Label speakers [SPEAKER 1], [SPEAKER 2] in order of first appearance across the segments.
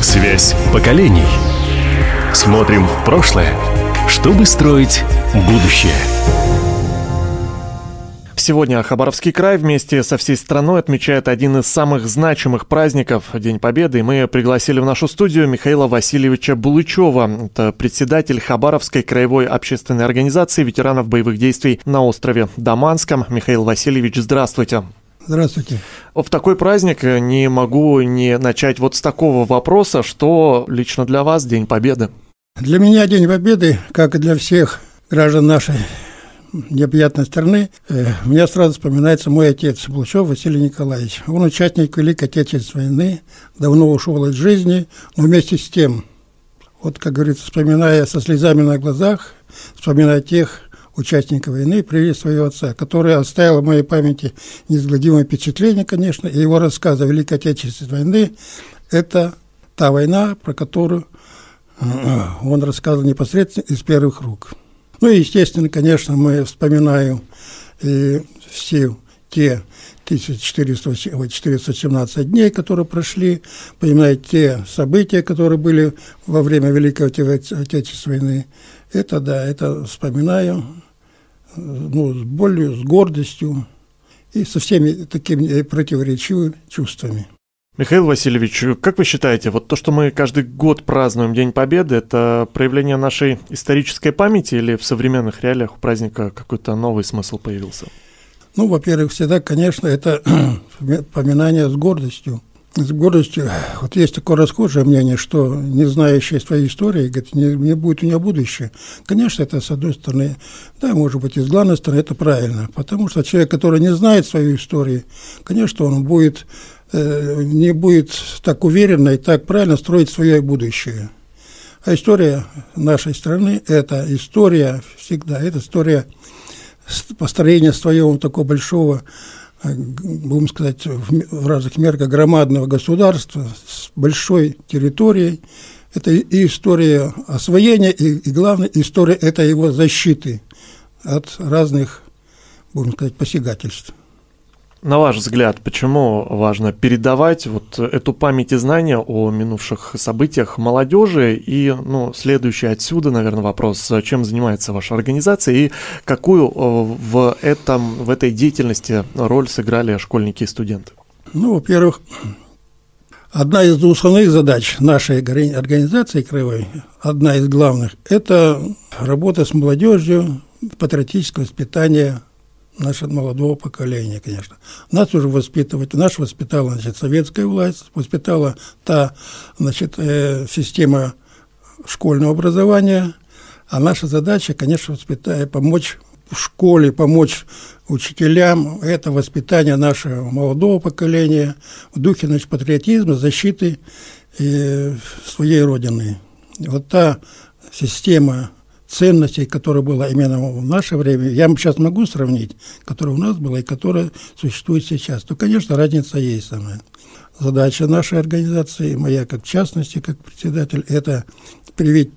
[SPEAKER 1] Связь поколений. Смотрим в прошлое, чтобы строить будущее.
[SPEAKER 2] Сегодня Хабаровский край вместе со всей страной отмечает один из самых значимых праздников – День Победы. И мы пригласили в нашу студию Михаила Васильевича Булычева. Это председатель Хабаровской краевой общественной организации ветеранов боевых действий на острове Даманском. Михаил Васильевич, здравствуйте.
[SPEAKER 3] Здравствуйте.
[SPEAKER 2] В такой праздник не могу не начать вот с такого вопроса, что лично для вас День Победы?
[SPEAKER 3] Для меня День Победы, как и для всех граждан нашей необъятной страны, мне сразу вспоминается мой отец Булычев Василий Николаевич. Он участник Великой Отечественной войны, давно ушел из жизни, но вместе с тем, вот как говорится, вспоминая со слезами на глазах, вспоминая тех участников войны, привез своего отца, который оставил в моей памяти неизгладимое впечатление, конечно, и его рассказы о Великой Отечественной войны – это та война, про которую он рассказывал непосредственно из первых рук. Ну и, естественно, конечно, мы вспоминаем все те 417 дней, которые прошли, вспоминаем те события, которые были во время Великой Отечественной войны. Это, да, это вспоминаю, с болью, с гордостью и со всеми такими противоречивыми чувствами.
[SPEAKER 2] Михаил Васильевич, как вы считаете, вот то, что мы каждый год празднуем День Победы, это проявление нашей исторической памяти или в современных реалиях у праздника какой-то новый смысл появился?
[SPEAKER 3] Ну, во-первых, всегда, конечно, это поминание с гордостью. С гордостью, вот есть такое расхожее мнение, что не знающий своей истории, говорит, не будет у него будущее. Конечно, это, с одной стороны, да, может быть, и с главной стороны, это правильно. Потому что человек, который не знает свою историю, конечно, он не будет так уверенно и так правильно строить свое будущее. А история нашей страны – это история всегда, это история построения своего такого большого, будем сказать, в разных мерках громадного государства с большой территорией. Это и история освоения, и главное, история – это его защиты от разных, будем сказать, посягательств.
[SPEAKER 2] На ваш взгляд, почему важно передавать вот эту память и знания о минувших событиях молодежи? И, следующий отсюда, наверное, вопрос, чем занимается ваша организация и какую в этой деятельности роль сыграли школьники и студенты?
[SPEAKER 3] Во-первых, одна из основных задач нашей организации краевой, одна из главных, это работа с молодежью, патриотическое воспитание нашего молодого поколения, конечно. Нас уже воспитала, советская власть, воспитала та, система школьного образования, а наша задача, конечно, помочь в школе, помочь учителям, это воспитание нашего молодого поколения в духе, патриотизма, защиты своей Родины. Вот та система ценностей, которая была именно в наше время, я сейчас могу сравнить, которая у нас была и которая существует сейчас, то, конечно, разница есть самая. Задача нашей организации, моя как в частности, как председатель, это привить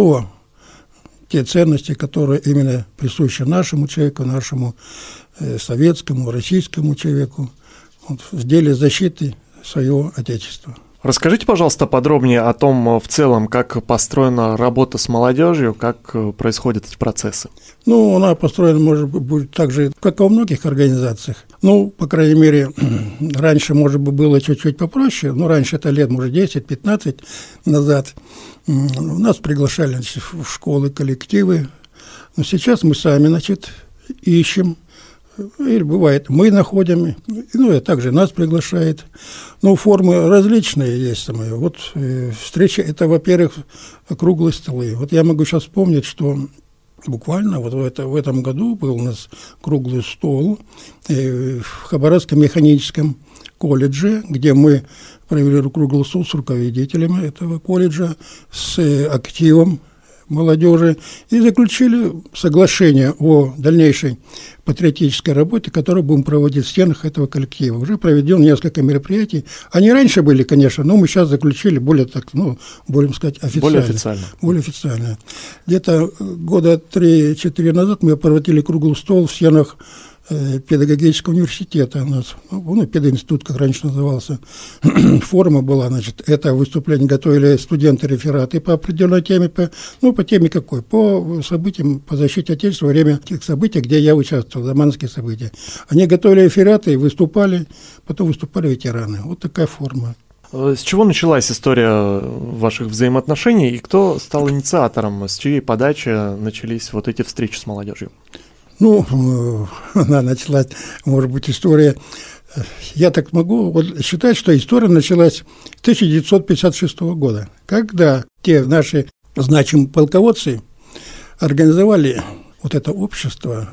[SPEAKER 3] те ценности, которые именно присущи нашему человеку, нашему советскому, российскому человеку в деле защиты своего Отечества.
[SPEAKER 2] Расскажите, пожалуйста, подробнее о том, в целом, как построена работа с молодежью, как происходят эти процессы.
[SPEAKER 3] Она построена, может быть, так же, как и во многих организациях. По крайней мере, раньше, может быть, было чуть-чуть попроще, раньше это лет, может, 10-15 назад. Нас приглашали в школы, коллективы. Но сейчас мы сами, ищем. Или бывает, мы находим, и также нас приглашает. Формы различные есть. Встреча – это, во-первых, круглые столы. Я могу сейчас вспомнить, что буквально в этом году был у нас круглый стол в Хабаровском механическом колледже, где мы провели круглый стол с руководителями этого колледжа, с активом молодежи и заключили соглашение о дальнейшей патриотической работе, которую будем проводить в стенах этого коллектива. Уже проведено несколько мероприятий. Они раньше были, конечно, но мы сейчас заключили более официально. Более официально. Где-то года 3-4 назад мы проводили круглый стол в стенах педагогического университета у нас, пединститут, как раньше назывался. Форма была, значит, это выступление готовили студенты рефераты по определенной теме, по теме какой? По событиям, по защите Отечества во время тех событий, где я участвовал, заманские события. Они готовили рефераты и выступали, потом выступали ветераны. Вот такая форма.
[SPEAKER 2] С чего началась история ваших взаимоотношений и кто стал инициатором, с чьей подачи начались вот эти встречи с молодежью?
[SPEAKER 3] Она началась, может быть, история. Я так могу считать, что история началась с 1956 года, когда те наши значимые полководцы организовали вот это общество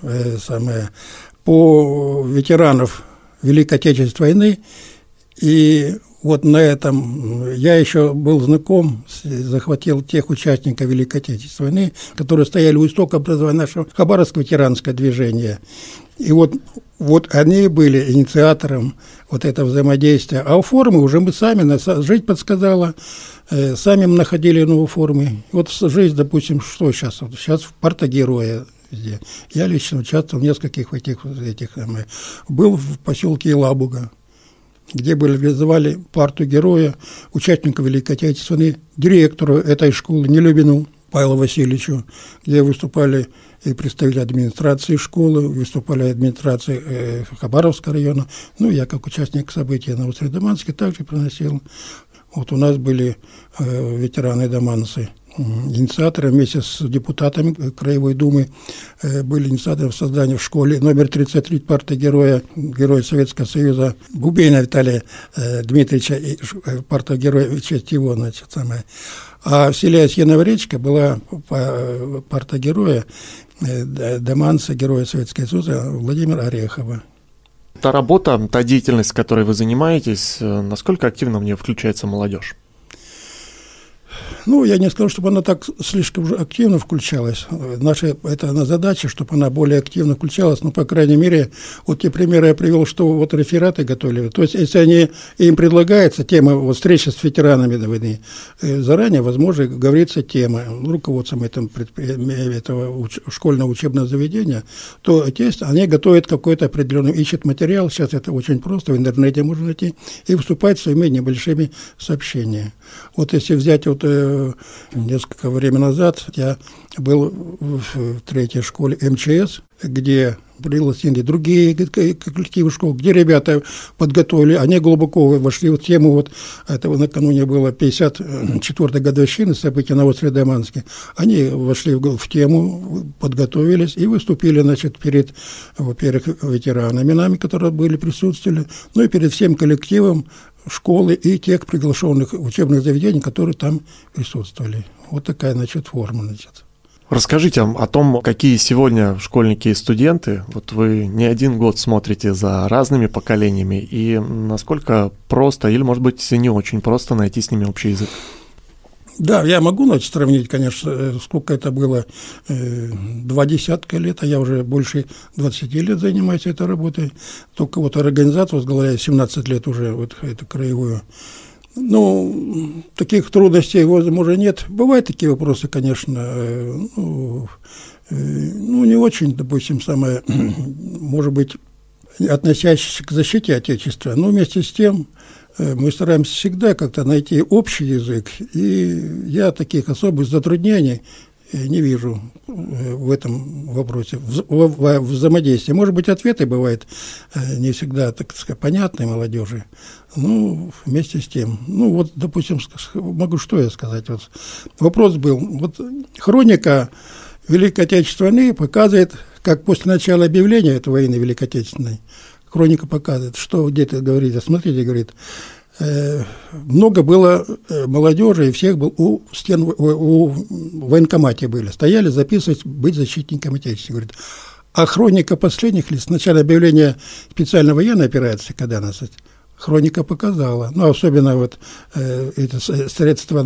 [SPEAKER 3] по ветеранов Великой Отечественной войны. И вот на этом я еще был знаком, захватил тех участников Великой Отечественной войны, которые стояли у истока образования нашего Хабаровского ветеранского движения. И вот они были инициатором вот этого взаимодействия. А у формы уже мы сами, жизнь подсказала, сами мы находили новые формы. Вот жизнь, допустим, что сейчас? Сейчас в партагероя везде. Я лично участвовал в нескольких этих. Был в поселке Елабуга, где вызывали парту героя, участника Великой Отечественной, директору этой школы Нелюбину Павлу Васильевичу, где выступали и представители администрации школы, выступали администрации Хабаровского района. Я, как участник событий на острове Даманске, также приносил. Вот у нас были ветераны-даманцы. Инициаторы вместе с депутатами Краевой Думы были инициаторы создания в школе номер 33 парта героя Советского Союза Бубейна Виталия Дмитриевича и парта героя в честь его, А в селе Осьяновая речка была парта героя даманца, героя Советского Союза Владимира Орехова.
[SPEAKER 2] Та работа, та деятельность, которой вы занимаетесь, насколько активно в нее включается молодежь?
[SPEAKER 3] Я не сказал, чтобы она так слишком же активно включалась. Наша задача, чтобы она более активно включалась. По крайней мере, вот те примеры я привел, что вот рефераты готовили. То есть, если им предлагается тема встречи с ветеранами войны, заранее, возможно, говорится тема руководством этого школьного учебного заведения, то они готовят какой-то определенный, ищут материал. Сейчас это очень просто, в интернете можно найти, и выступают своими небольшими сообщениями. Вот если взять несколько времени назад я был в третьей школе МЧС, где пригласили другие коллективы школ, где ребята подготовили, они глубоко вошли в тему, этого накануне было 54-й годовщины событий на острове Даманске, они вошли в тему, подготовились и выступили, перед, во-первых, ветеранами нами, которые присутствовали, и перед всем коллективом школы и тех приглашенных учебных заведений, которые там присутствовали. Вот такая, форма,
[SPEAKER 2] Расскажите о том, какие сегодня школьники и студенты. Вот вы не один год смотрите за разными поколениями, и насколько просто, или, может быть, не очень просто найти с ними общий язык?
[SPEAKER 3] Да, я могу сравнить, конечно, сколько это было, 20 лет, а я уже больше 20 лет занимаюсь этой работой. Только организацию возглавляю 17 лет уже, эту краевую. Таких трудностей, возможно, нет. Бывают такие вопросы, конечно, не очень, допустим, может быть, относящиеся к защите Отечества, но вместе с тем мы стараемся всегда как-то найти общий язык, и я таких особых затруднений не вижу в этом вопросе, в взаимодействии. Может быть, ответы бывают не всегда, так сказать, понятны молодежи, вместе с тем. Допустим, могу что я сказать. Вопрос был, хроника Великой Отечественной войны показывает, как после начала объявления этой войны Великой Отечественной, хроника показывает, что где-то говорит, смотрите, говорит, много было молодежи, и всех был у военкомате были, стояли записывать, быть защитником Отечества. Говорит, а хроника последних лет, с начала объявления специальной военной операции, когда хроника показала, особенно это средства,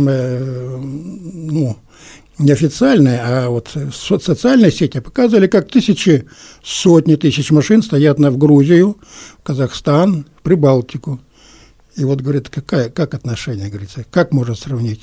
[SPEAKER 3] неофициальные, а социальные сети показывали, как сотни тысяч машин стоят в Грузию, в Казахстан, в Прибалтику. И говорит, как отношение, говорится, как можно сравнить?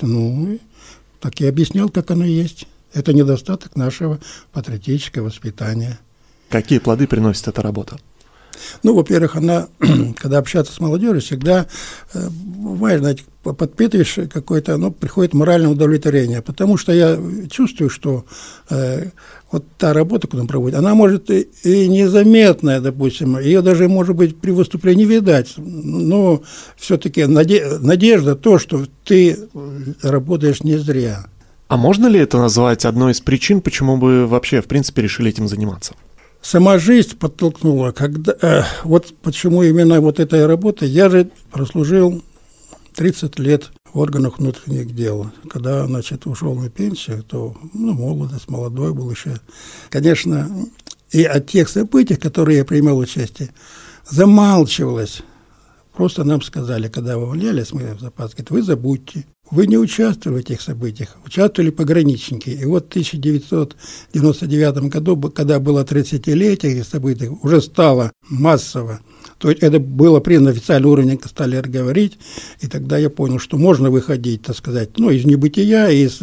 [SPEAKER 3] Так я объяснял, как оно есть. Это недостаток нашего патриотического воспитания.
[SPEAKER 2] Какие плоды приносит эта работа?
[SPEAKER 3] Ну, во-первых, когда общаться с молодежью, всегда, знаете, подпитываешь какое-то, приходит моральное удовлетворение, потому что я чувствую, что вот та работа, которую он проводит, она может и незаметная, допустим, ее даже, может быть, при выступлении видать, но все-таки надежда то, что ты работаешь не зря.
[SPEAKER 2] А можно ли это назвать одной из причин, почему вы вообще, в принципе, решили этим заниматься?
[SPEAKER 3] Сама жизнь подтолкнула, вот почему именно вот эта работа. Я же прослужил 30 лет в органах внутренних дел. Когда, ушел на пенсию, то, молодость, молодой был еще. Конечно, и от тех событий, в которых я принимал участие, замалчивалось. Просто нам сказали, когда увольнялись мы в запас, говорят, вы забудьте. Вы не участвовали в этих событиях, участвовали пограничники. И вот в 1999 году, когда было 30-летие этих событий, уже стало массово. То есть это было признано официальный уровень, стали говорить, и тогда я понял, что можно выходить, так сказать, из небытия, из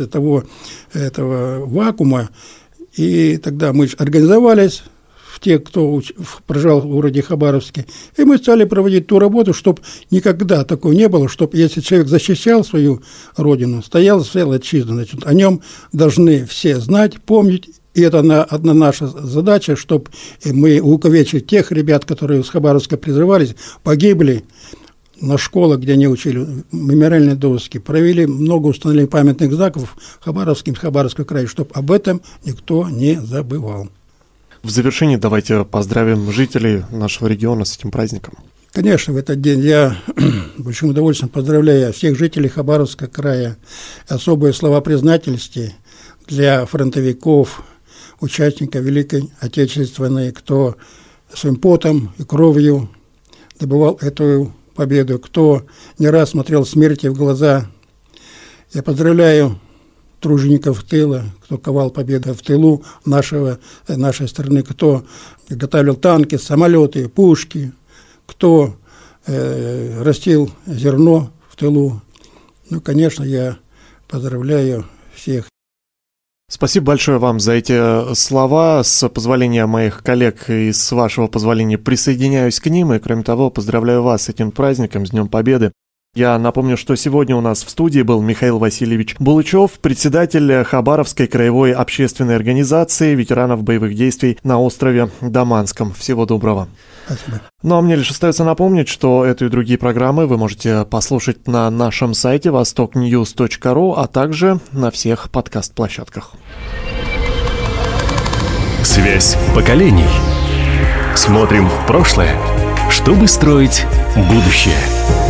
[SPEAKER 3] этого вакуума. И тогда мы организовались, те, кто проживал в городе Хабаровске, и мы стали проводить ту работу, чтобы никогда такого не было, чтобы если человек защищал свою родину, стоял за свою отчизну, о нем должны все знать, помнить, и это одна наша задача, чтобы мы увековечили тех ребят, которые с Хабаровска призывались, погибли на школах, где они учили, мемориальные доски, провели много установлений памятных знаков в Хабаровском крае, чтобы об этом никто не забывал.
[SPEAKER 2] В завершении давайте поздравим жителей нашего региона с этим праздником.
[SPEAKER 3] Конечно, в этот день я большим удовольствием поздравляю всех жителей Хабаровского края. Особые слова признательности для фронтовиков, участников Великой Отечественной, кто своим потом и кровью добывал эту победу, кто не раз смотрел смерти в глаза. Я поздравляю тружеников тыла, кто ковал победу в тылу нашей страны, кто готовил танки, самолеты, пушки, кто растил зерно в тылу. Конечно, я поздравляю всех.
[SPEAKER 2] Спасибо большое вам за эти слова. С позволения моих коллег и с вашего позволения присоединяюсь к ним. И, кроме того, поздравляю вас с этим праздником, с Днем Победы. Я напомню, что сегодня у нас в студии был Михаил Васильевич Булычев, председатель Хабаровской краевой общественной организации ветеранов боевых действий на острове Даманском. Всего доброго.
[SPEAKER 3] Спасибо.
[SPEAKER 2] Ну а мне лишь остается напомнить, что эту и другие программы вы можете послушать на нашем сайте vostoknews.ru, а также на всех подкаст-площадках.
[SPEAKER 1] Связь поколений. Смотрим в прошлое, чтобы строить будущее.